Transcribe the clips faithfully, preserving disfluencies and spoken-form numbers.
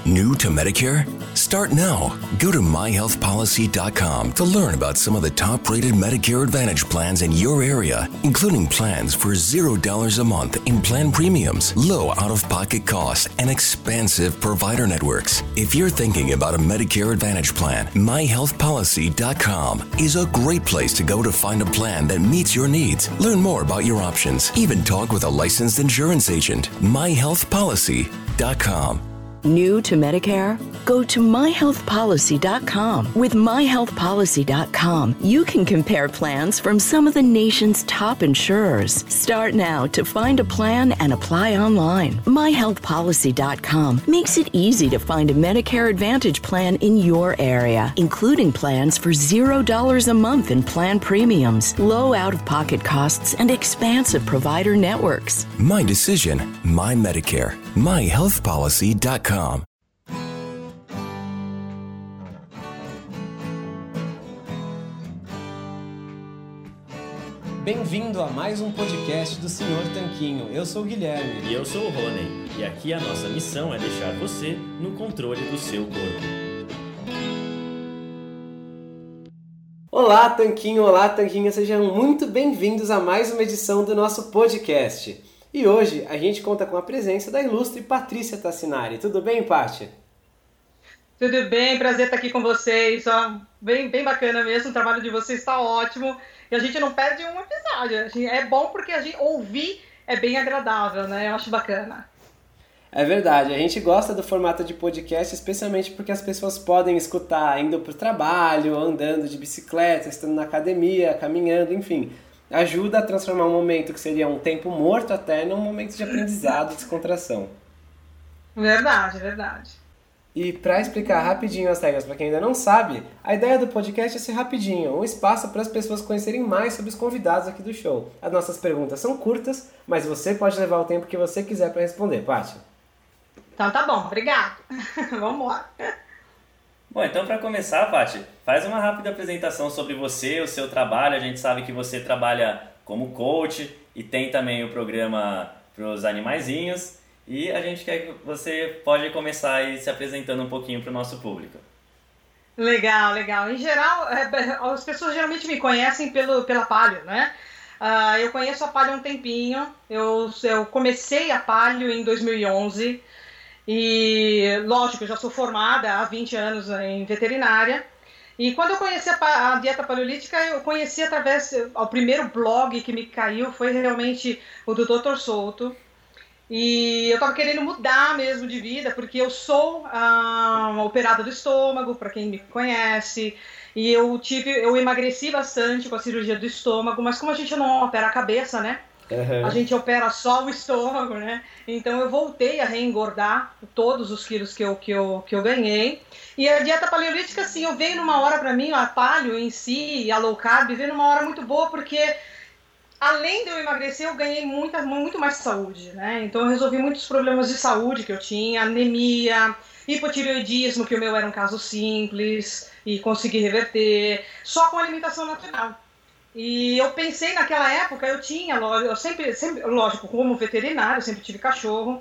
New to Medicare? Start now. Go to my health policy dot com to learn about some of the top-rated Medicare Advantage plans in your area, including plans for zero dollars a month in plan premiums, low out-of-pocket costs, and expansive provider networks. If you're thinking about a Medicare Advantage plan, my health policy dot com is a great place to go to find a plan that meets your needs. Learn more about your options. Even talk with a licensed insurance agent. my health policy dot com. New to Medicare? Go to my health policy dot com. With my health policy dot com, you can compare plans from some of the nation's top insurers. Start now to find a plan and apply online. my health policy dot com makes it easy to find a Medicare Advantage plan in your area, including plans for zero dollars a month in plan premiums, low out-of-pocket costs, and expansive provider networks. My decision, my Medicare. my health policy dot com. Bem-vindo a mais um podcast do senhor Tanquinho. Eu sou o Guilherme. E eu sou o Rony. E aqui a nossa missão é deixar você no controle do seu corpo. Olá, Tanquinho! Olá, Tanquinha! Sejam muito bem-vindos a mais uma edição do nosso podcast. E hoje a gente conta com a presença da ilustre Patrícia Tassinari. Tudo bem, Paty? Tudo bem, prazer estar aqui com vocês. Ó, bem, bem bacana mesmo, o trabalho de vocês está ótimo. E a gente não perde um episódio. É bom porque a gente ouvir é bem agradável, né? Eu acho bacana. É verdade, a gente gosta do formato de podcast, especialmente porque as pessoas podem escutar indo para o trabalho, andando de bicicleta, estando na academia, caminhando, enfim. Ajuda a transformar um momento que seria um tempo morto até num momento de aprendizado e descontração. Verdade, verdade. E para explicar rapidinho as regras para quem ainda não sabe, a ideia do podcast é ser rapidinho, um espaço para as pessoas conhecerem mais sobre os convidados aqui do show. As nossas perguntas são curtas, mas você pode levar o tempo que você quiser para responder, Paty. Então tá bom, obrigado. Vamos lá. Bom, então para começar, Paty, faz uma rápida apresentação sobre você, o seu trabalho. A gente sabe que você trabalha como coach e tem também o programa para os animaizinhos. E a gente quer que você pode começar aí se apresentando um pouquinho para o nosso público. Legal, legal. Em geral, as pessoas geralmente me conhecem pelo, pela Palio, né? Uh, eu conheço a Palio há um tempinho. Eu, eu comecei a Palio em dois mil e onze. E, lógico, eu já sou formada há vinte anos em veterinária. E quando eu conheci a, a dieta paleolítica, eu conheci através... O primeiro blog que me caiu foi realmente o do doutor Souto. E eu estava querendo mudar mesmo de vida, porque eu sou ah, uma operada do estômago, para quem me conhece. E eu, tive, eu emagreci bastante com a cirurgia do estômago, mas como a gente não opera a cabeça, né? Uhum. A gente opera só o estômago, né? Então eu voltei a reengordar todos os quilos que eu, que eu, que eu ganhei. E a dieta paleolítica, assim, eu veio numa hora para mim, a paleo em si, a low carb, veio numa hora muito boa, porque além de eu emagrecer, eu ganhei muita, muito mais saúde, né? Então eu resolvi muitos problemas de saúde que eu tinha, anemia, hipotireoidismo, que o meu era um caso simples, e consegui reverter, só com alimentação natural. E eu pensei naquela época, eu tinha, eu sempre, sempre, lógico, como veterinário, eu sempre tive cachorro.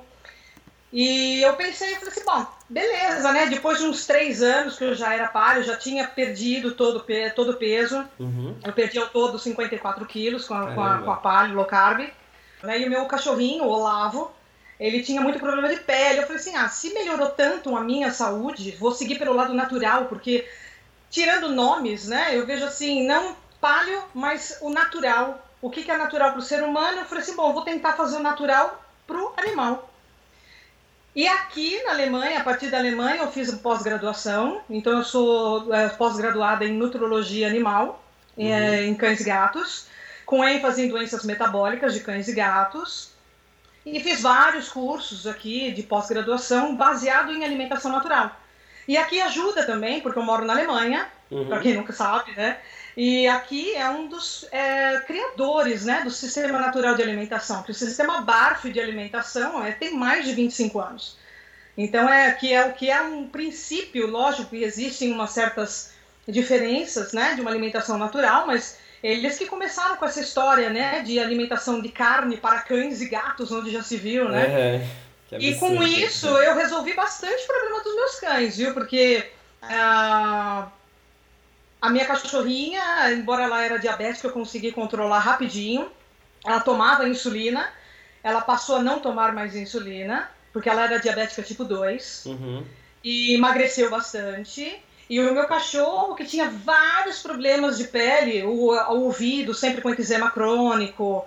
E eu pensei, eu falei assim, bom, beleza, né? Depois de uns três anos que eu já era paleo, eu já tinha perdido todo, todo o peso. Uhum. Eu perdi ao todo cinquenta e quatro quilos com a, com a, com a paleo low carb. Né? E o meu cachorrinho, o Olavo, ele tinha muito problema de pele. Eu falei assim, ah, se melhorou tanto a minha saúde, vou seguir pelo lado natural, porque tirando nomes, né? Eu vejo assim, não paleo, mas o natural. O que, que é natural para o ser humano? Eu falei assim, bom, vou tentar fazer o natural para o animal. E aqui na Alemanha, a partir da Alemanha, eu fiz pós-graduação. Então eu sou é, pós-graduada em nutrologia animal, uhum. é, em cães e gatos, com ênfase em doenças metabólicas de cães e gatos. E fiz vários cursos aqui de pós-graduação baseado em alimentação natural. E aqui ajuda também, porque eu moro na Alemanha, uhum. para quem nunca sabe, né? E aqui é um dos é, criadores, né, do sistema natural de alimentação, que o sistema BARF de alimentação é, tem mais de vinte e cinco anos. Então, é que é o que é um princípio, lógico que existem umas certas diferenças, né, de uma alimentação natural, mas eles que começaram com essa história, né, de alimentação de carne para cães e gatos, onde já se viu, né? E com isso eu resolvi bastante problema dos meus cães, viu? Porque uh, a minha cachorrinha, embora ela era diabética, eu consegui controlar rapidinho. Ela tomava insulina, ela passou a não tomar mais insulina, porque ela era diabética tipo dois, uhum. E emagreceu bastante. E o meu cachorro, que tinha vários problemas de pele, o, o ouvido sempre com eczema crônico,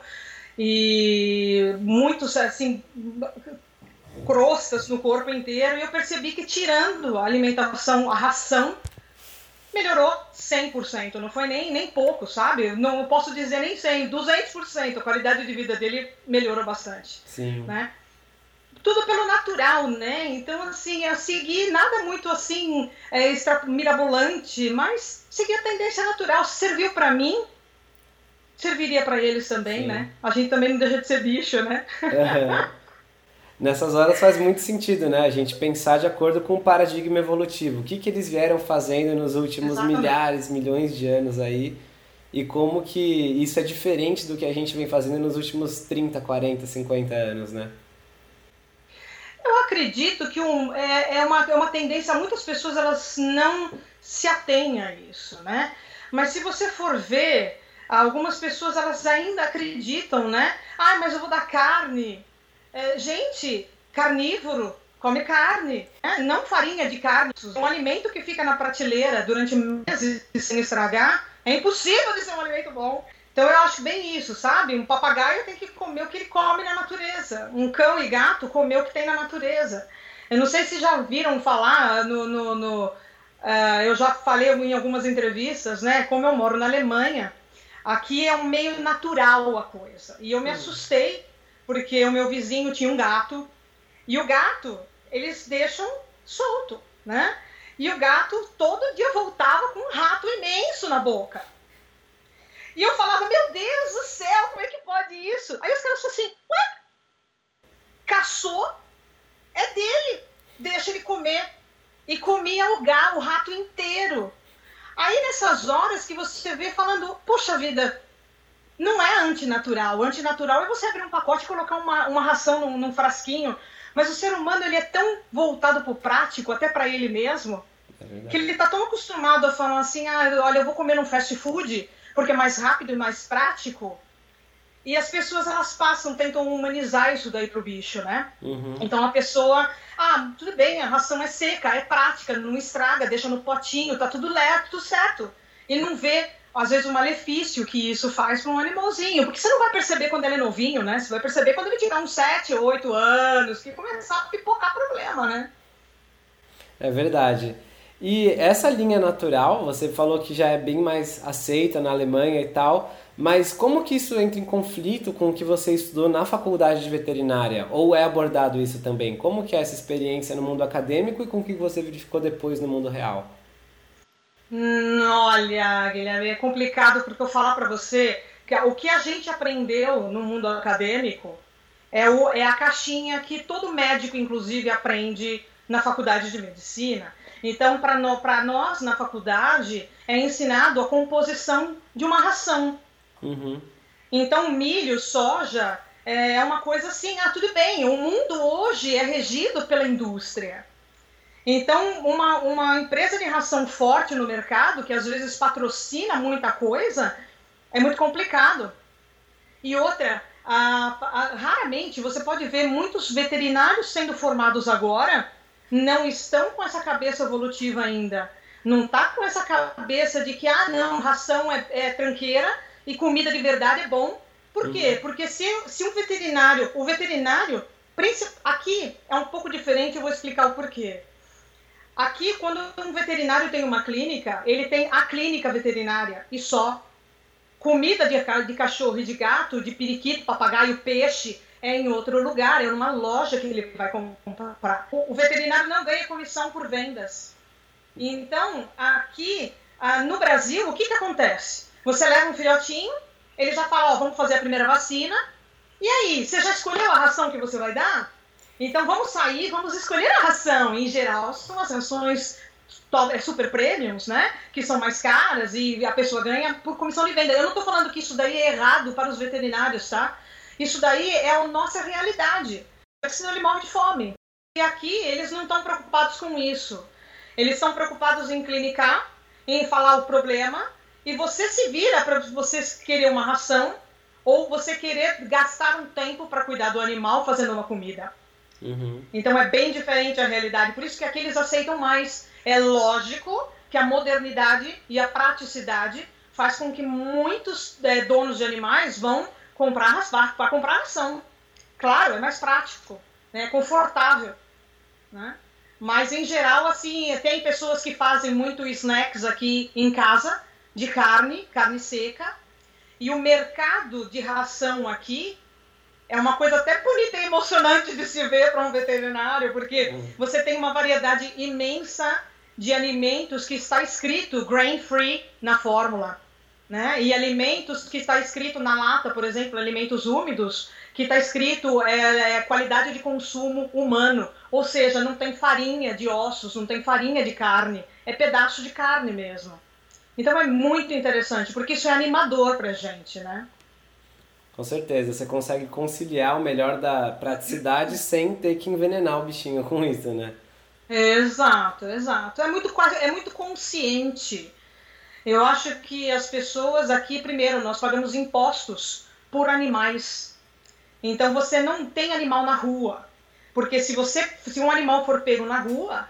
e muitos, assim, crostas no corpo inteiro, e eu percebi que tirando a alimentação, a ração, melhorou cem por cento, não foi nem, nem pouco, sabe? Não posso dizer nem cem, duzentos por cento, a qualidade de vida dele melhorou bastante. Sim. Né? Tudo pelo natural, né? Então, assim, eu segui nada muito, assim, é, extra, mirabolante, mas segui a tendência natural. Serviu pra mim, serviria pra eles também, sim. Né? A gente também não deixa de ser bicho, né? Uhum. Nessas horas faz muito sentido, né? A gente pensar de acordo com o paradigma evolutivo. O que, que eles vieram fazendo nos últimos Exatamente. milhares, milhões de anos aí, e como que isso é diferente do que a gente vem fazendo nos últimos trinta, quarenta, cinquenta anos, né? Eu acredito que um, é, é, uma, é uma tendência, muitas pessoas elas não se atêm a isso, né? Mas se você for ver, algumas pessoas elas ainda acreditam, né? Ah, mas eu vou dar carne. É, gente, carnívoro, come carne, né? Não farinha de carne. Um alimento que fica na prateleira durante meses sem estragar, é impossível de ser um alimento bom. Então eu acho bem isso, sabe? Um papagaio tem que comer o que ele come na natureza. Um cão e gato comer o que tem na natureza. Eu não sei se já viram falar, no, no, no, uh, eu já falei em algumas entrevistas, né? Como eu moro na Alemanha, aqui é um meio natural a coisa. E eu me assustei, porque o meu vizinho tinha um gato, e o gato, eles deixam solto, né? E o gato todo dia voltava com um rato imenso na boca. E eu falava, meu Deus do céu, como é que pode isso? Aí os caras falaram assim, ué, caçou, é dele, deixa ele comer. E comia o gato, o rato inteiro. Aí nessas horas que você vê falando, poxa vida, não é antinatural. O antinatural é você abrir um pacote e colocar uma, uma ração num, num frasquinho. Mas o ser humano, ele é tão voltado pro prático, até para ele mesmo, é que ele tá tão acostumado a falar assim, ah, olha, eu vou comer num fast food, porque é mais rápido e mais prático. E as pessoas, elas passam, tentam humanizar isso daí pro bicho, né? Uhum. Então a pessoa, ah, tudo bem, a ração é seca, é prática, não estraga, deixa no potinho, tá tudo leve, tudo certo. E não vê, às vezes, o malefício que isso faz para um animalzinho. Porque você não vai perceber quando ele é novinho, né? Você vai perceber quando ele tiver uns sete, oito anos, que começar a pipocar problema, né? É verdade. E essa linha natural, você falou que já é bem mais aceita na Alemanha e tal, mas como que isso entra em conflito com o que você estudou na faculdade de veterinária? Ou é abordado isso também? Como que é essa experiência no mundo acadêmico e com o que você verificou depois no mundo real? Hum, olha, Guilherme, é complicado porque eu falar para você que o que a gente aprendeu no mundo acadêmico é, o, é a caixinha que todo médico, inclusive, aprende na faculdade de medicina. Então, para no, para nós, na faculdade, é ensinado a composição de uma ração. Uhum. Então, milho, soja, é uma coisa assim, ah, tudo bem, o mundo hoje é regido pela indústria. Então, uma, uma empresa de ração forte no mercado, que às vezes patrocina muita coisa, é muito complicado. E outra, a, a, raramente você pode ver muitos veterinários sendo formados agora, não estão com essa cabeça evolutiva ainda. Não está com essa cabeça de que, ah, não, ração é, é tranqueira e comida de verdade é bom. Por quê? Uhum. Porque se, se um veterinário, o veterinário, aqui é um pouco diferente, eu vou explicar o porquê. Aqui, quando um veterinário tem uma clínica, ele tem a clínica veterinária e só. Comida de, de cachorro e de gato, de periquito, papagaio, peixe, é em outro lugar, é numa loja que ele vai comprar. O veterinário não ganha comissão por vendas. Então, aqui no Brasil, o que, que acontece? Você leva um filhotinho, ele já fala, ó, vamos fazer a primeira vacina, e aí, você já escolheu a ração que você vai dar? Então vamos sair, vamos escolher a ração. Em geral, são as rações super premiums, né? Que são mais caras e a pessoa ganha por comissão de venda. Eu não estou falando que isso daí é errado para os veterinários, tá? Isso daí é a nossa realidade. senão ele morre de fome. E aqui eles não estão preocupados com isso. Eles estão preocupados em clinicar, em falar o problema, e você se vira para você querer uma ração ou você querer gastar um tempo para cuidar do animal fazendo uma comida. Uhum. Então é bem diferente a realidade. Por isso que aqui eles aceitam mais. É lógico que a modernidade e a praticidade faz com que muitos é, donos de animais vão comprar para comprar ração. Claro, é mais prático, né? É confortável, né? Mas em geral, assim, tem pessoas que fazem muito snacks aqui em casa, de carne, carne seca, e o mercado de ração aqui é uma coisa até bonita e emocionante de se ver para um veterinário, porque uhum. você tem uma variedade imensa de alimentos que está escrito grain-free na fórmula, né? E alimentos que está escrito na lata, por exemplo, alimentos úmidos, que está escrito é, é, qualidade de consumo humano, ou seja, não tem farinha de ossos, não tem farinha de carne, é pedaço de carne mesmo. Então é muito interessante, porque isso é animador pra gente, né? Com certeza, você consegue conciliar o melhor da praticidade sem ter que envenenar o bichinho com isso, né? Exato, exato. É muito, é muito consciente. Eu acho que as pessoas aqui, primeiro, nós pagamos impostos por animais. Então você não tem animal na rua. Porque se, você, se um animal for pego na rua,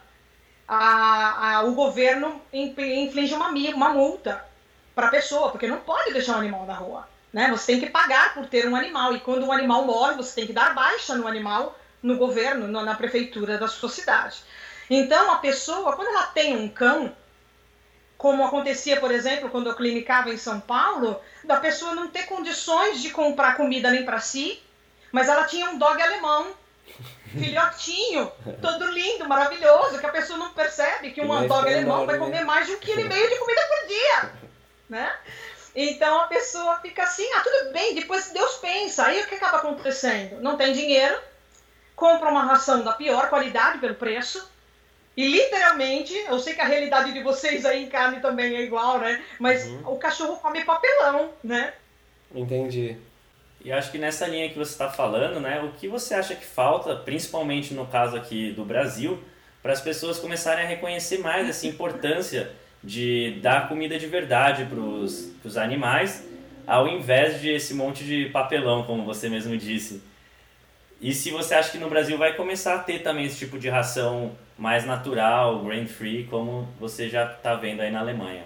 a, a, o governo inflige uma, uma multa para a pessoa, porque não pode deixar um animal na rua. Né? Você tem que pagar por ter um animal. E quando um animal morre, você tem que dar baixa no animal no governo, na prefeitura da sua cidade. Então, a pessoa, quando ela tem um cão, como acontecia, por exemplo, quando eu clinicava em São Paulo, da pessoa não ter condições de comprar comida nem para si, mas ela tinha um dog alemão, filhotinho, todo lindo, maravilhoso, que a pessoa não percebe que um dog alemão vai comer mais de um quilo e meio de comida por dia, né? Então, a pessoa fica assim, ah, tudo bem, depois Deus pensa. Aí, o que acaba acontecendo? Não tem dinheiro, compra uma ração da pior qualidade pelo preço, e literalmente, eu sei que a realidade de vocês aí em carne também é igual, né? Mas uhum. o cachorro come papelão, né? Entendi. E acho que nessa linha que você está falando, né? O que você acha que falta, principalmente no caso aqui do Brasil, para as pessoas começarem a reconhecer mais essa importância de dar comida de verdade para os animais, ao invés de esse monte de papelão, como você mesmo disse. E se você acha que no Brasil vai começar a ter também esse tipo de ração mais natural, grain-free, como você já está vendo aí na Alemanha?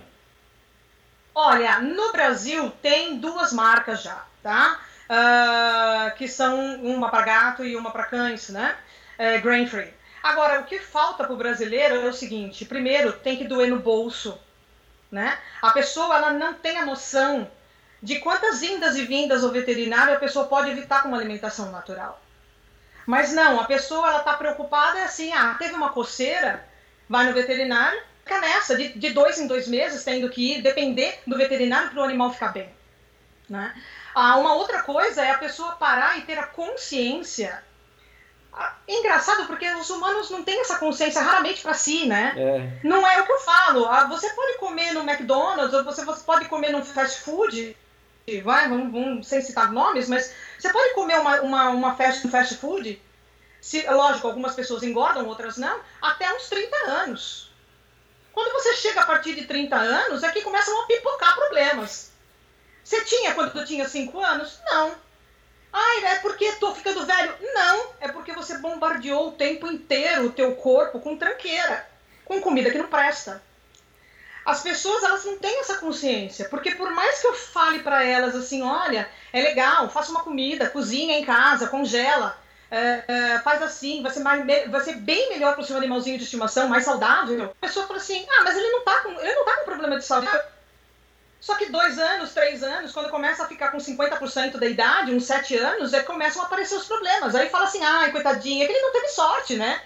Olha, no Brasil tem duas marcas já, tá? Uh, que são uma para gato e uma para cães, né? É, grain-free. Agora, o que falta para o brasileiro é o seguinte: primeiro, tem que doer no bolso, né? A pessoa ela não tem a noção de quantas indas e vindas ao veterinário a pessoa pode evitar com uma alimentação natural. Mas não, a pessoa ela está preocupada assim, ah, teve uma coceira, vai no veterinário, fica nessa, de, de dois em dois meses, tendo que ir, depender do veterinário para o animal ficar bem, né? Ah, uma outra coisa é a pessoa parar e ter a consciência. É engraçado porque os humanos não têm essa consciência raramente para si, né? É. Não é o que eu falo. Ah, você pode comer no McDonald's, ou você, você pode comer num fast food, vai, vamos, vamos, sem citar nomes, mas você pode comer uma, uma, uma fast, um fast food, se, lógico, algumas pessoas engordam, outras não, até uns trinta anos. Quando você chega a partir de trinta anos, é que começam a pipocar problemas. Você tinha quando tu tinha cinco anos? Não. Ai, é porque tô ficando velho? Não, é porque você bombardeou o tempo inteiro o teu corpo com tranqueira, com comida que não presta. As pessoas, elas não têm essa consciência, porque por mais que eu fale para elas assim, olha, é legal, faça uma comida, cozinha em casa, congela, é, é, faz assim, vai ser, mais, vai ser bem melhor para o seu animalzinho de estimação, mais saudável. A pessoa fala assim, ah, mas ele não tá com, ele não tá com problema de saúde. Só que dois anos, três anos, quando começa a ficar com cinquenta por cento da idade, uns sete anos, é, começam a aparecer os problemas. Aí fala assim, ai, coitadinha, é que ele não teve sorte, né?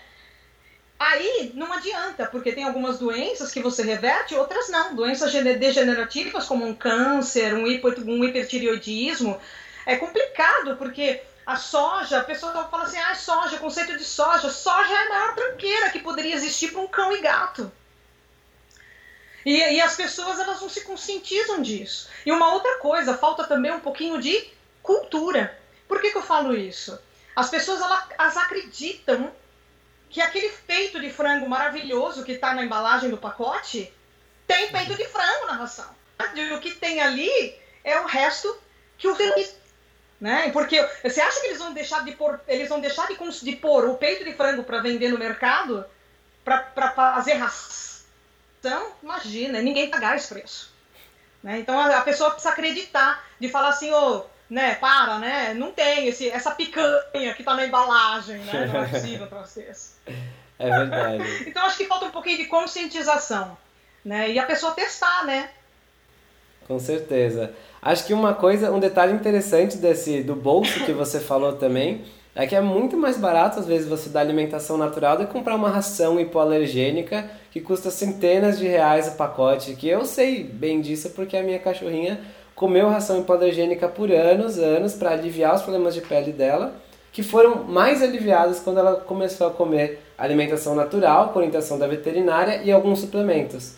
Aí não adianta, porque tem algumas doenças que você reverte, outras não. Doenças degenerativas como um câncer, um, hiper, um hipertireoidismo. É complicado, porque a soja, a pessoa fala assim, ah, soja, conceito de soja. Soja é a maior tranqueira que poderia existir para um cão e gato. E, e as pessoas, elas não se conscientizam disso. E uma outra coisa, falta também um pouquinho de cultura. Por que que eu falo isso? As pessoas elas acreditam que aquele peito de frango maravilhoso que está na embalagem do pacote tem peito de frango na ração. O que tem ali é o resto que o né? Porque você acha que eles vão deixar de pôr, eles vão deixar de, de pôr o peito de frango para vender no mercado para fazer ração? Imagina, ninguém pagar esse preço. Né? Então a, a pessoa precisa acreditar, de falar assim, ô, oh, né, para, né? Não tem esse, essa picanha que tá na embalagem, né? Não é possível para vocês. É verdade. Então acho que falta um pouquinho de conscientização, né? E a pessoa testar, né? Com certeza. Acho que uma coisa, um detalhe interessante desse, do bolso que você falou também, é que é muito mais barato, às vezes, você dar alimentação natural do que comprar uma ração hipoalergênica que custa centenas de reais o pacote, que eu sei bem disso porque a minha cachorrinha comeu ração hipoalergênica por anos, anos, para aliviar os problemas de pele dela, que foram mais aliviados quando ela começou a comer alimentação natural, com orientação da veterinária e alguns suplementos.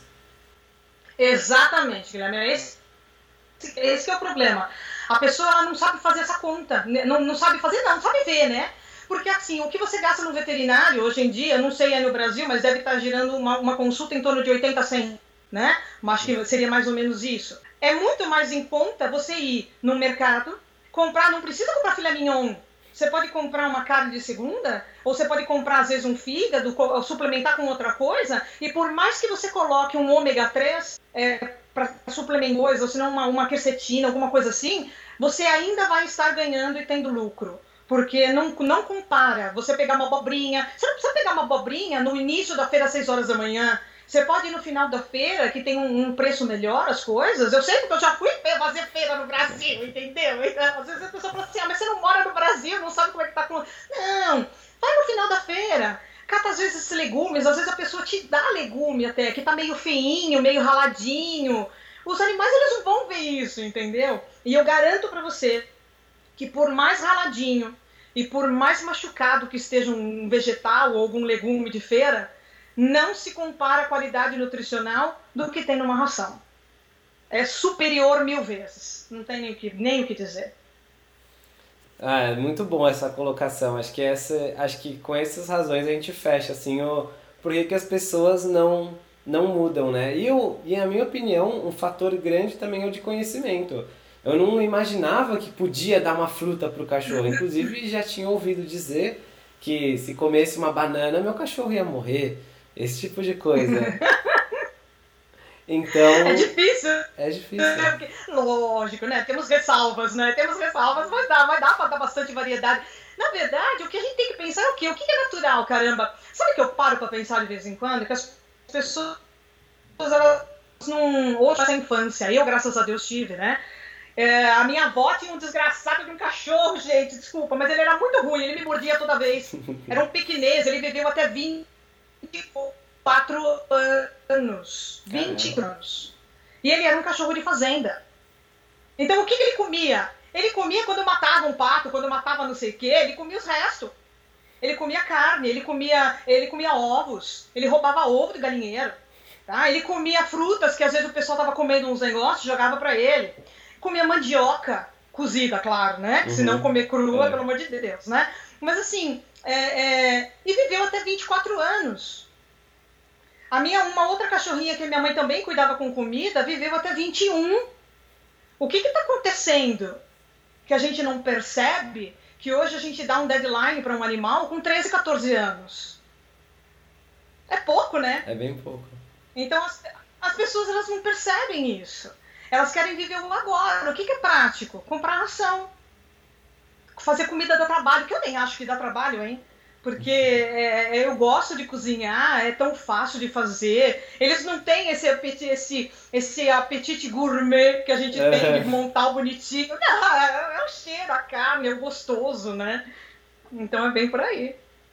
Exatamente, Guilherme. Esse, esse que é o problema. A pessoa ela não sabe fazer essa conta. Não, não sabe fazer, não, sabe ver, né? Porque assim, o que você gasta no veterinário hoje em dia, não sei aí no Brasil, mas deve estar girando uma, uma consulta em torno de oitenta a cem, né? Mas acho que seria mais ou menos isso. É muito mais em conta você ir no mercado, comprar, não precisa comprar filé mignon. Você pode comprar uma carne de segunda, ou você pode comprar, às vezes, um fígado, suplementar com outra coisa, e por mais que você coloque um ômega três é, para suplementar coisa, ou senão uma, uma quercetina, alguma coisa assim, você ainda vai estar ganhando e tendo lucro. Porque não, não compara você pegar uma abobrinha. Você não precisa pegar uma abobrinha no início da feira às seis horas da manhã. Você pode ir no final da feira, que tem um, um preço melhor, as coisas. Eu sei porque eu já fui fazer feira no Brasil, entendeu? Então, às vezes a pessoa fala assim, ah, mas você não mora no Brasil, não sabe como é que tá com... Não, vai no final da feira, cata às vezes esses legumes, às vezes a pessoa te dá legume até, que tá meio feinho, meio raladinho. Os animais, eles não vão ver isso, entendeu? E eu garanto pra você que por mais raladinho e por mais machucado que esteja um vegetal ou algum legume de feira, não se compara a qualidade nutricional do que tem numa ração. É superior mil vezes. Não tem nem o que, nem o que dizer. Ah, é muito bom essa colocação. Acho que, essa, acho que com essas razões a gente fecha assim, o porquê que as pessoas não, não mudam, né? E, eu, e, a minha opinião, um fator grande também é o de conhecimento. Eu não imaginava que podia dar uma fruta para o cachorro. Inclusive, já tinha ouvido dizer que se comesse uma banana, meu cachorro ia morrer. Esse tipo de coisa. Então... É difícil. É difícil. É porque, lógico, né? Temos ressalvas, né? Temos ressalvas, mas dá, mas dá pra dar bastante variedade. Na verdade, o que a gente tem que pensar é o quê? O que é natural, caramba? Sabe o que eu paro pra pensar de vez em quando? Que as pessoas, elas não... Hoje, essa infância, eu, graças a Deus, tive, né? É, a minha avó tinha um desgraçado de um cachorro, gente, desculpa, mas ele era muito ruim, ele me mordia toda vez. Era um pequinês, ele viveu até vinte e quatro anos. vinte Caramba. anos. E ele era um cachorro de fazenda. Então o que, que ele comia? Ele comia quando matava um pato, quando matava não sei o quê, ele comia os restos. Ele comia carne, ele comia, ele comia ovos, ele roubava ovo de galinheiro. Tá? Ele comia frutas que às vezes o pessoal tava comendo uns negócios e jogava pra ele. Comia mandioca cozida, claro, né? Uhum. Se não comer crua, é. Pelo amor de Deus, né? Mas assim, é, é... e viveu até vinte e quatro anos. A minha, uma outra cachorrinha que minha mãe também cuidava com comida, viveu até vinte e um. O que que tá acontecendo? Que a gente não percebe que hoje a gente dá um deadline para um animal com treze, quatorze anos. É pouco, né? É bem pouco. Então as, as pessoas elas não percebem isso. Elas querem viver o agora. O que, que é prático? Comprar ração. Fazer comida dá trabalho, que eu nem acho que dá trabalho, hein? Porque é, eu gosto de cozinhar, é tão fácil de fazer. Eles não têm esse apetite, esse, esse apetite gourmet que a gente é. tem de montar o bonitinho. Não, é o cheiro, a carne, é o gostoso, né? Então é bem por aí.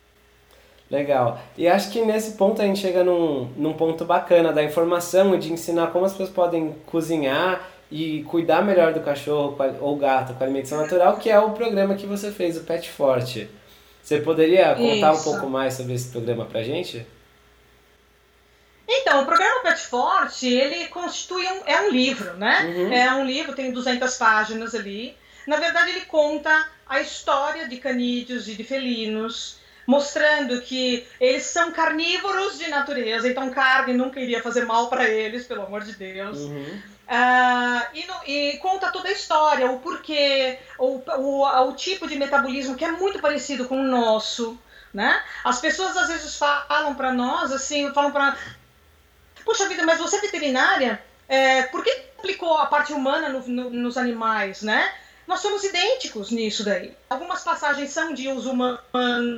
Legal. E acho que nesse ponto a gente chega num, num ponto bacana da informação e de ensinar como as pessoas podem cozinhar e cuidar melhor do cachorro ou gato com alimentação natural, que é o programa que você fez, o Pet Forte. Você poderia contar Isso. um pouco mais sobre esse programa pra gente? Então, o programa Pet Forte, ele constitui um, é um livro, né? Uhum. É um livro, tem duzentas páginas ali. Na verdade, ele conta a história de canídeos e de felinos, mostrando que eles são carnívoros de natureza, então carne nunca iria fazer mal para eles, pelo amor de Deus. Uhum. Uh, e, no, e conta toda a história, o porquê, o, o, o tipo de metabolismo que é muito parecido com o nosso, né? As pessoas às vezes falam para nós, assim, falam para... Puxa vida, mas você é veterinária? É, por que aplicou a parte humana no, no, nos animais, né? Nós somos idênticos nisso daí. Algumas passagens são de uso humano.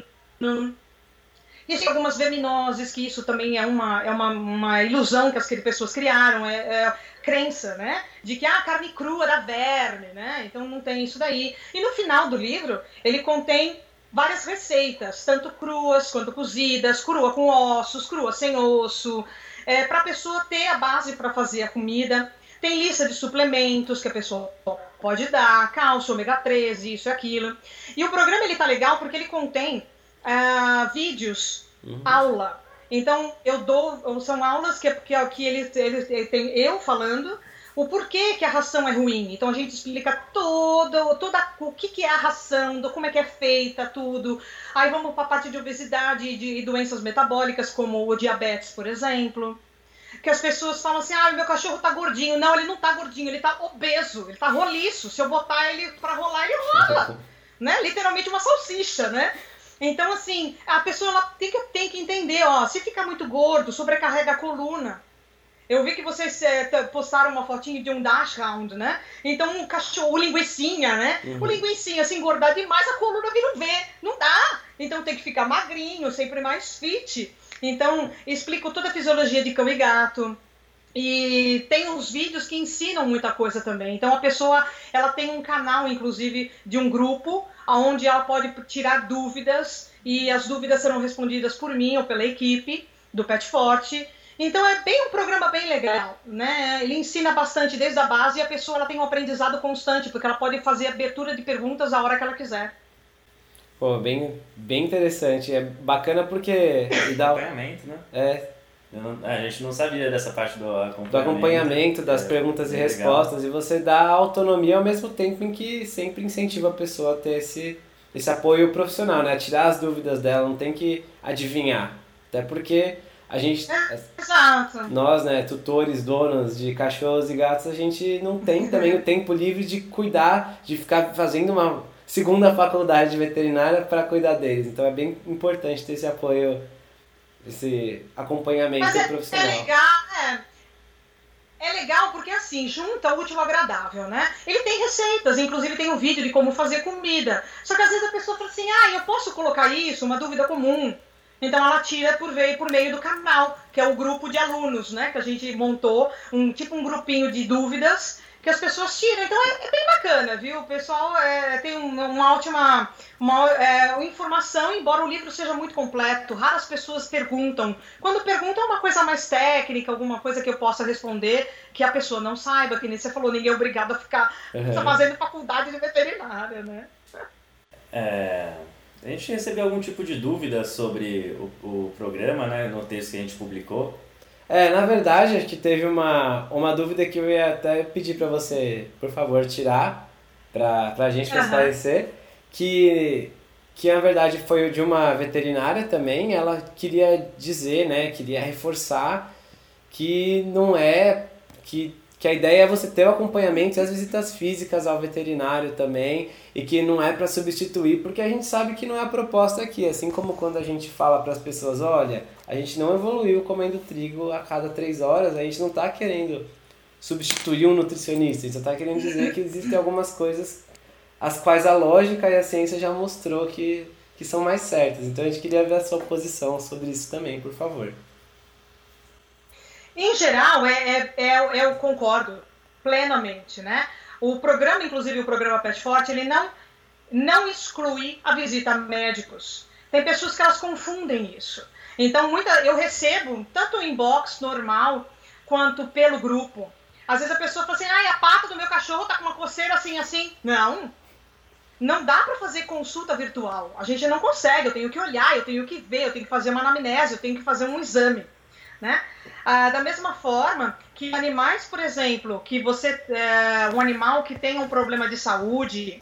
Existem algumas verminoses, que isso também é uma, é uma, uma ilusão que as pessoas criaram, é, é crença, né? De que a ah, carne crua dá verme, né? Então não tem isso daí. E no final do livro, ele contém várias receitas, tanto cruas quanto cozidas, crua com ossos, crua sem osso, é, para a pessoa ter a base para fazer a comida. Tem lista de suplementos que a pessoa pode dar, cálcio, ômega três, isso e aquilo. E o programa ele tá legal porque ele contém Uh, vídeos, uhum. aula. Então, eu dou, são aulas que, que, que ele, ele, ele tem eu falando o porquê que a ração é ruim. Então, a gente explica todo, toda, o que, que é a ração, do, como é que é feita, tudo. Aí vamos para a parte de obesidade e de doenças metabólicas, como o diabetes, por exemplo. Que as pessoas falam assim, ah, meu cachorro tá gordinho. Não, ele não tá gordinho, ele tá obeso, ele tá roliço. Se eu botar ele para rolar, ele rola. Né? Literalmente uma salsicha, né? Então, assim, a pessoa ela tem, que, tem que entender, ó, se ficar muito gordo, sobrecarrega a coluna. Eu vi que vocês é, postaram uma fotinho de um dachshund, né? Então, um cachorro, o linguicinha, né? Uhum. O linguicinha, se engordar demais, a coluna vira um V. Não dá. Então, tem que ficar magrinho, sempre mais fit. Então, explico toda a fisiologia de cão e gato. E tem uns vídeos que ensinam muita coisa também. Então, a pessoa, ela tem um canal, inclusive, de um grupo, onde ela pode tirar dúvidas, e as dúvidas serão respondidas por mim ou pela equipe do Pet Forte. Então é bem um programa bem legal, né? Ele ensina bastante desde a base e a pessoa ela tem um aprendizado constante, porque ela pode fazer abertura de perguntas a hora que ela quiser. Pô, bem, bem interessante. É bacana porque... dá acompanhamento, né? É. Não, a gente não sabia dessa parte do acompanhamento. Do acompanhamento, das é, perguntas e respostas. Legal. E você dá autonomia ao mesmo tempo em que sempre incentiva a pessoa a ter esse, esse apoio profissional, né? Tirar as dúvidas dela, não tem que adivinhar. Até porque a gente... É, exato. Nós, né, tutores, donos de cachorros e gatos, a gente não tem também o tempo livre de cuidar, de ficar fazendo uma segunda faculdade de veterinária para cuidar deles. Então é bem importante ter esse apoio, esse acompanhamento Mas é, profissional. É legal, é. É legal porque assim, junta o útil ao agradável, né? Ele tem receitas, inclusive tem um vídeo de como fazer comida. Só que às vezes a pessoa fala assim, ah, eu posso colocar isso, uma dúvida comum. Então ela tira por, por meio do canal, que é o grupo de alunos, né? Que a gente montou, um tipo um grupinho de dúvidas que as pessoas tiram. Então é, é bem bacana, viu? O pessoal é, tem uma, uma ótima uma, é, informação, embora o livro seja muito completo. Raras pessoas perguntam. Quando perguntam é uma coisa mais técnica, alguma coisa que eu possa responder, que a pessoa não saiba, que nem você falou, ninguém é obrigado a ficar uhum. fazendo faculdade de veterinária, né? É... A gente recebeu algum tipo de dúvida sobre o, o programa, né, no texto que a gente publicou? É, na verdade, acho que teve uma, uma dúvida que eu ia até pedir para você, por favor, tirar, para a gente uhum. esclarecer, que, que na verdade foi de uma veterinária também. Ela queria dizer, né, queria reforçar que não é, que, que a ideia é você ter o acompanhamento e as visitas físicas ao veterinário também, e que não é para substituir, porque a gente sabe que não é a proposta aqui, assim como quando a gente fala para as pessoas, olha, a gente não evoluiu comendo trigo a cada três horas, a gente não está querendo substituir um nutricionista, a gente só está querendo dizer que existem algumas coisas as quais a lógica e a ciência já mostrou que, que são mais certas. Então a gente queria ver a sua posição sobre isso também, por favor. Em geral, é, é, é, eu concordo plenamente, né? O programa, inclusive o programa Pet Forte, ele não, não exclui a visita a médicos. Tem pessoas que elas confundem isso. Então, muita, eu recebo, tanto em inbox normal, quanto pelo grupo. Às vezes a pessoa fala assim, ah, a pata do meu cachorro tá com uma coceira assim, assim. Não, não dá para fazer consulta virtual. A gente não consegue, eu tenho que olhar, eu tenho que ver, eu tenho que fazer uma anamnese, eu tenho que fazer um exame, né? Ah, da mesma forma que animais, por exemplo, que você, é, um animal que tem um problema de saúde,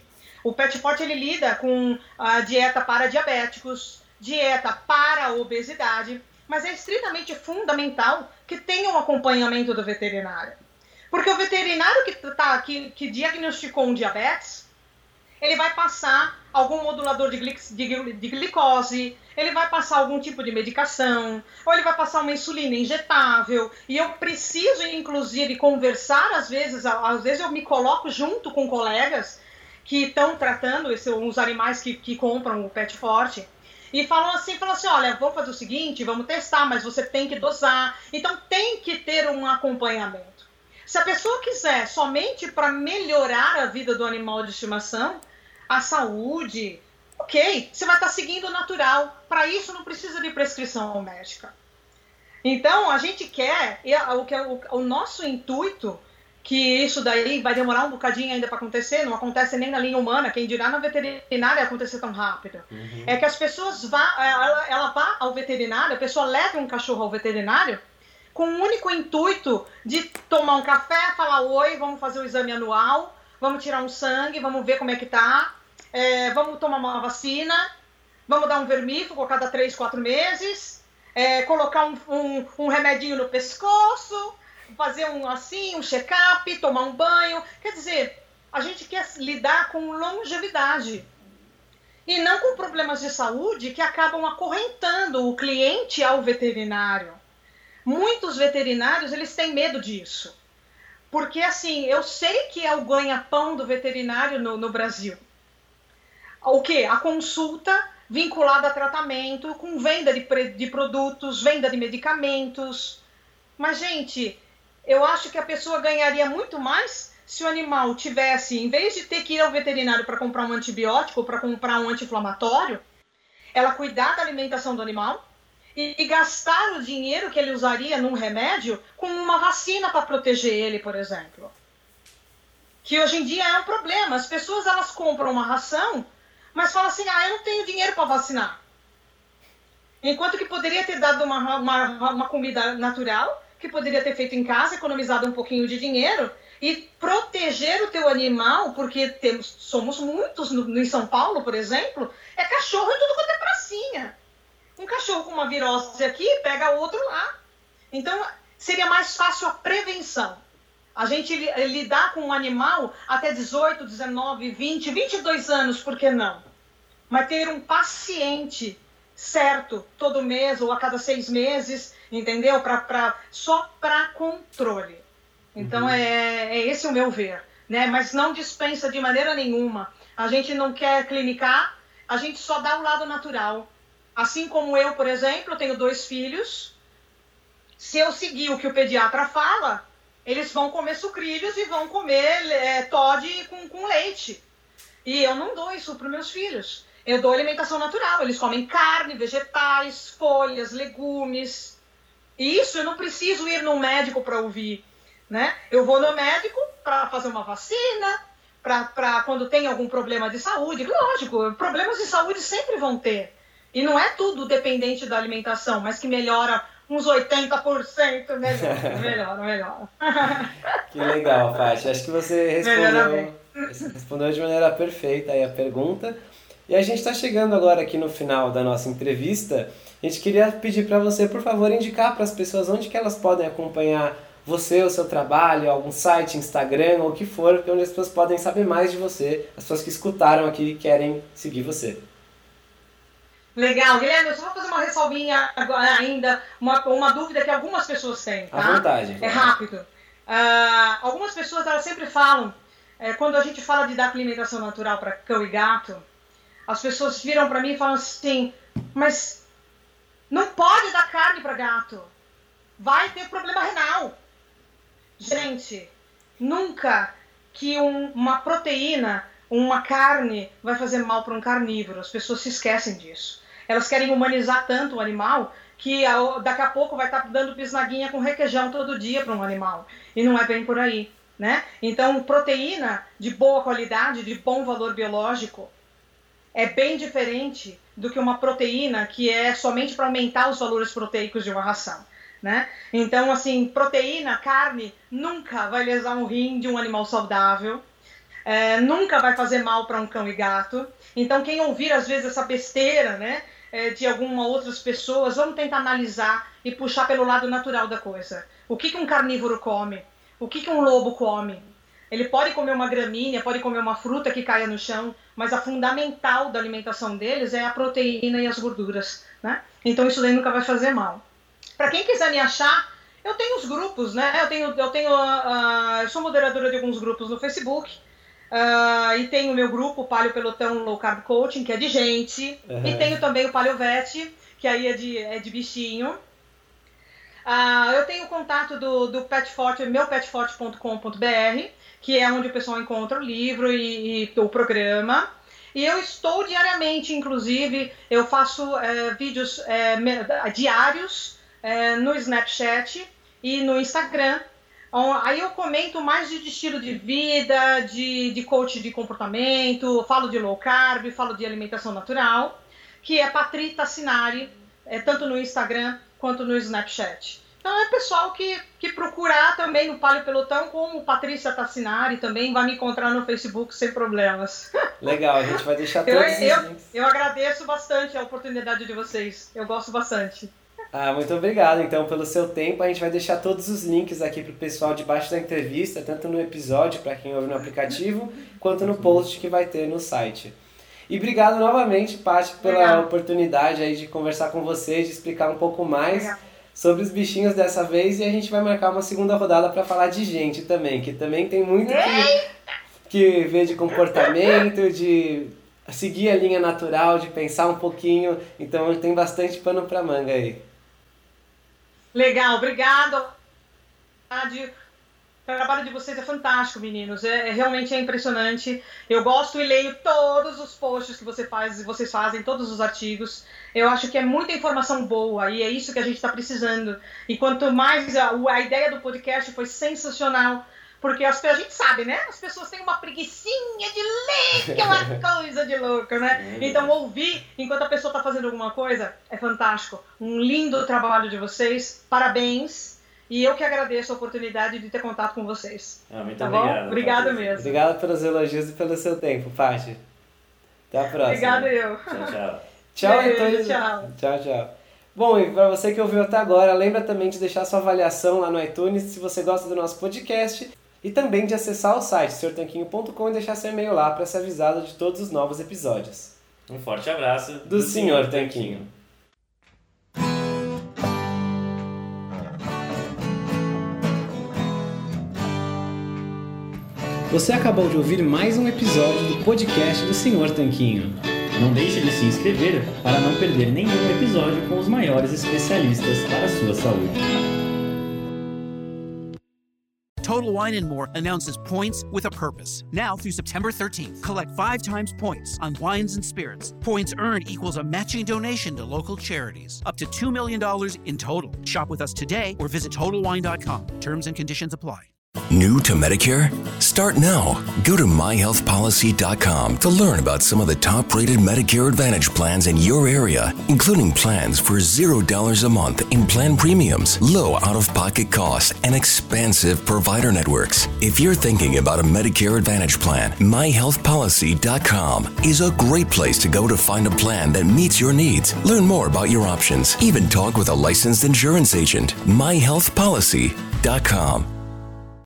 O Pet Forte ele lida com a dieta para diabéticos, dieta para obesidade, mas é estritamente fundamental que tenha um acompanhamento do veterinário. Porque o veterinário que, tá, que, que diagnosticou um diabetes, ele vai passar algum modulador de, glic, de, de glicose, ele vai passar algum tipo de medicação, ou ele vai passar uma insulina injetável, e eu preciso, inclusive, conversar, às vezes, às vezes eu me coloco junto com colegas que estão tratando esse, os animais que, que compram o Pet Forte, e falam assim, falam assim, olha, vamos fazer o seguinte, vamos testar, mas você tem que dosar, então tem que ter um acompanhamento. Se a pessoa quiser somente para melhorar a vida do animal de estimação, a saúde, ok, você vai estar seguindo o natural. Para isso não precisa de prescrição médica. Então a gente quer, o, que é o, o nosso intuito, que isso daí vai demorar um bocadinho ainda para acontecer, não acontece nem na linha humana, quem dirá na veterinária acontecer tão rápido. Uhum. É que as pessoas vá, ela, ela vá ao veterinário, a pessoa leve um cachorro ao veterinário, com o único intuito de tomar um café, falar oi, vamos fazer o exame anual, vamos tirar um sangue, vamos ver como é que tá, é, vamos tomar uma vacina, vamos dar um vermífugo a cada três, quatro meses, é, colocar um, um, um remedinho no pescoço, fazer um assim, um check-up, tomar um banho. Quer dizer, a gente quer lidar com longevidade e não com problemas de saúde que acabam acorrentando o cliente ao veterinário. Muitos veterinários, eles têm medo disso. Porque, assim, eu sei que é o ganha-pão do veterinário no, no Brasil. O quê? A consulta vinculada a tratamento, com venda de, de produtos, venda de medicamentos. Mas, gente, eu acho que a pessoa ganharia muito mais se o animal tivesse, em vez de ter que ir ao veterinário para comprar um antibiótico ou para comprar um anti-inflamatório, ela cuidar da alimentação do animal, e gastar o dinheiro que ele usaria num remédio com uma vacina para proteger ele, por exemplo. Que hoje em dia é um problema. As pessoas, elas compram uma ração, mas falam assim, ah, eu não tenho dinheiro para vacinar. Enquanto que poderia ter dado uma, uma, uma comida natural, que poderia ter feito em casa, economizado um pouquinho de dinheiro, e proteger o teu animal, porque temos, somos muitos no, no, em São Paulo, por exemplo, é cachorro em tudo quanto é pracinha. Um cachorro com uma virose aqui, pega outro lá. Então, seria mais fácil a prevenção. A gente lidar com um animal até dezoito, dezenove, vinte, vinte e dois anos, por que não? Mas ter um paciente certo todo mês ou a cada seis meses, entendeu? Pra, pra, só para controle. Então, uhum. é, é esse o meu ver. Né? Mas não dispensa de maneira nenhuma. A gente não quer clinicar, a gente só dá o lado natural. Assim como eu, por exemplo, tenho dois filhos. Se eu seguir o que o pediatra fala, eles vão comer sucrilhos e vão comer é, Toddy com, com leite. E eu não dou isso para os meus filhos. Eu dou alimentação natural. Eles comem carne, vegetais, folhas, legumes. E isso eu não preciso ir no médico para ouvir. Né? Eu vou no médico para fazer uma vacina, para quando tem algum problema de saúde. Lógico, problemas de saúde sempre vão ter. E não é tudo dependente da alimentação, mas que melhora uns oitenta por cento, melhora, melhora, melhora. Que legal, Paty. Acho que você respondeu, respondeu de maneira perfeita aí a pergunta. E a gente está chegando agora aqui no final da nossa entrevista. A gente queria pedir para você, por favor, indicar para as pessoas onde que elas podem acompanhar você, o seu trabalho, algum site, Instagram ou o que for, onde as pessoas podem saber mais de você, as pessoas que escutaram aqui e querem seguir você. Legal, Guilherme, eu só vou fazer uma ressalvinha agora ainda, uma, uma dúvida que algumas pessoas têm, tá? À vontade. É rápido. Uh, algumas pessoas, elas sempre falam, é, quando a gente fala de dar alimentação natural para cão e gato, as pessoas viram para mim e falam assim, mas não pode dar carne para gato, vai ter problema renal. Gente, nunca que um, uma proteína, uma carne vai fazer mal para um carnívoro, as pessoas se esquecem disso. Elas querem humanizar tanto o animal que daqui a pouco vai estar dando bisnaguinha com requeijão todo dia para um animal. E não é bem por aí, né? Então, proteína de boa qualidade, de bom valor biológico, é bem diferente do que uma proteína que é somente para aumentar os valores proteicos de uma ração, né? Então, assim, proteína, carne, nunca vai lesar um rim de um animal saudável. é, nunca vai fazer mal para um cão e gato. Então, quem ouvir, às vezes, essa besteira, né, é, de algumas outras pessoas, vamos tentar analisar e puxar pelo lado natural da coisa. O que, que um carnívoro come? O que, que um lobo come? Ele pode comer uma gramínea, pode comer uma fruta que caia no chão, mas a fundamental da alimentação deles é a proteína e as gorduras, né? Então isso daí nunca vai fazer mal. Para quem quiser me achar, eu tenho os grupos, né? Eu tenho, eu tenho, uh, eu sou moderadora de alguns grupos no Facebook, uh, e tenho o meu grupo, Paleo Pelotão Low Carb Coaching, que é de gente, uhum. E tenho também o Paleo Vet, que aí é de, é de bichinho. Uh, eu tenho o contato do, do Petforte, meu petforte ponto com ponto b r, que é onde o pessoal encontra o livro e, e o programa. E eu estou diariamente, inclusive, eu faço é, vídeos é, diários é, no Snapchat e no Instagram. Aí eu comento mais de estilo de vida, de, de coach de comportamento, falo de low carb, falo de alimentação natural, que é Patri Tassinari, é, tanto no Instagram quanto no Snapchat. Então é pessoal que, que procurar também no Paleo Pelotão, como Patrícia Tassinari, também vai me encontrar no Facebook sem problemas. Legal, a gente vai deixar todos eu, os eu, links. Eu agradeço bastante a oportunidade de vocês, eu gosto bastante. Ah, muito obrigado então pelo seu tempo. A gente vai deixar todos os links aqui pro pessoal debaixo da entrevista, tanto no episódio, para quem ouve no aplicativo, quanto no post que vai ter no site. E obrigado novamente, Paty, pela Legal. oportunidade aí de conversar com vocês, de explicar um pouco mais Legal. sobre os bichinhos dessa vez. E a gente vai marcar uma segunda rodada para falar de gente também, que também tem muito que, que ver de comportamento, de seguir a linha natural, de pensar um pouquinho. Então tem bastante pano para manga aí. Legal, obrigado. O trabalho de vocês é fantástico, meninos. É, é, realmente é impressionante. Eu gosto e leio todos os posts que você faz, vocês fazem, todos os artigos. Eu acho que é muita informação boa e é isso que a gente está precisando. E quanto mais... A, a ideia do podcast foi sensacional, porque as, a gente sabe, né? As pessoas têm uma preguicinha de ler, que é uma coisa de louco, né? Então ouvir enquanto a pessoa está fazendo alguma coisa é fantástico. Um lindo trabalho de vocês. Parabéns. E eu que agradeço a oportunidade de ter contato com vocês. Ah, muito tá obrigado. Bom? Obrigado Patrícia. mesmo. Obrigado pelos elogios e pelo seu tempo, Paty. Até a próxima. Obrigado eu. Tchau, tchau. Tchau, Beijo, então. Tchau. Tchau, tchau. Bom, e para você que ouviu até agora, lembra também de deixar sua avaliação lá no iTunes se você gosta do nosso podcast e também de acessar o site senhor tanquinho ponto com e deixar seu e-mail lá para ser avisado de todos os novos episódios. Um forte abraço do, do senhor Tanquinho. Você acabou de ouvir mais um episódio do podcast do senhor Tanquinho. Não deixe de se inscrever para não perder nenhum episódio com os maiores especialistas para a sua saúde. Total Wine and More announces points with a purpose. Now through September thirteenth, collect five times points on wines and spirits. Points earned equals a matching donation to local charities. Up to two million dollars in total. Shop with us today or visit total wine dot com. Terms and conditions apply. New to Medicare? Start now. Go to my health policy dot com to learn about some of the top-rated Medicare Advantage plans in your area, including plans for zero dollars a month in plan premiums, low out-of-pocket costs, and expansive provider networks. If you're thinking about a Medicare Advantage plan, my health policy dot com is a great place to go to find a plan that meets your needs. Learn more about your options. Even talk with a licensed insurance agent. my health policy dot com.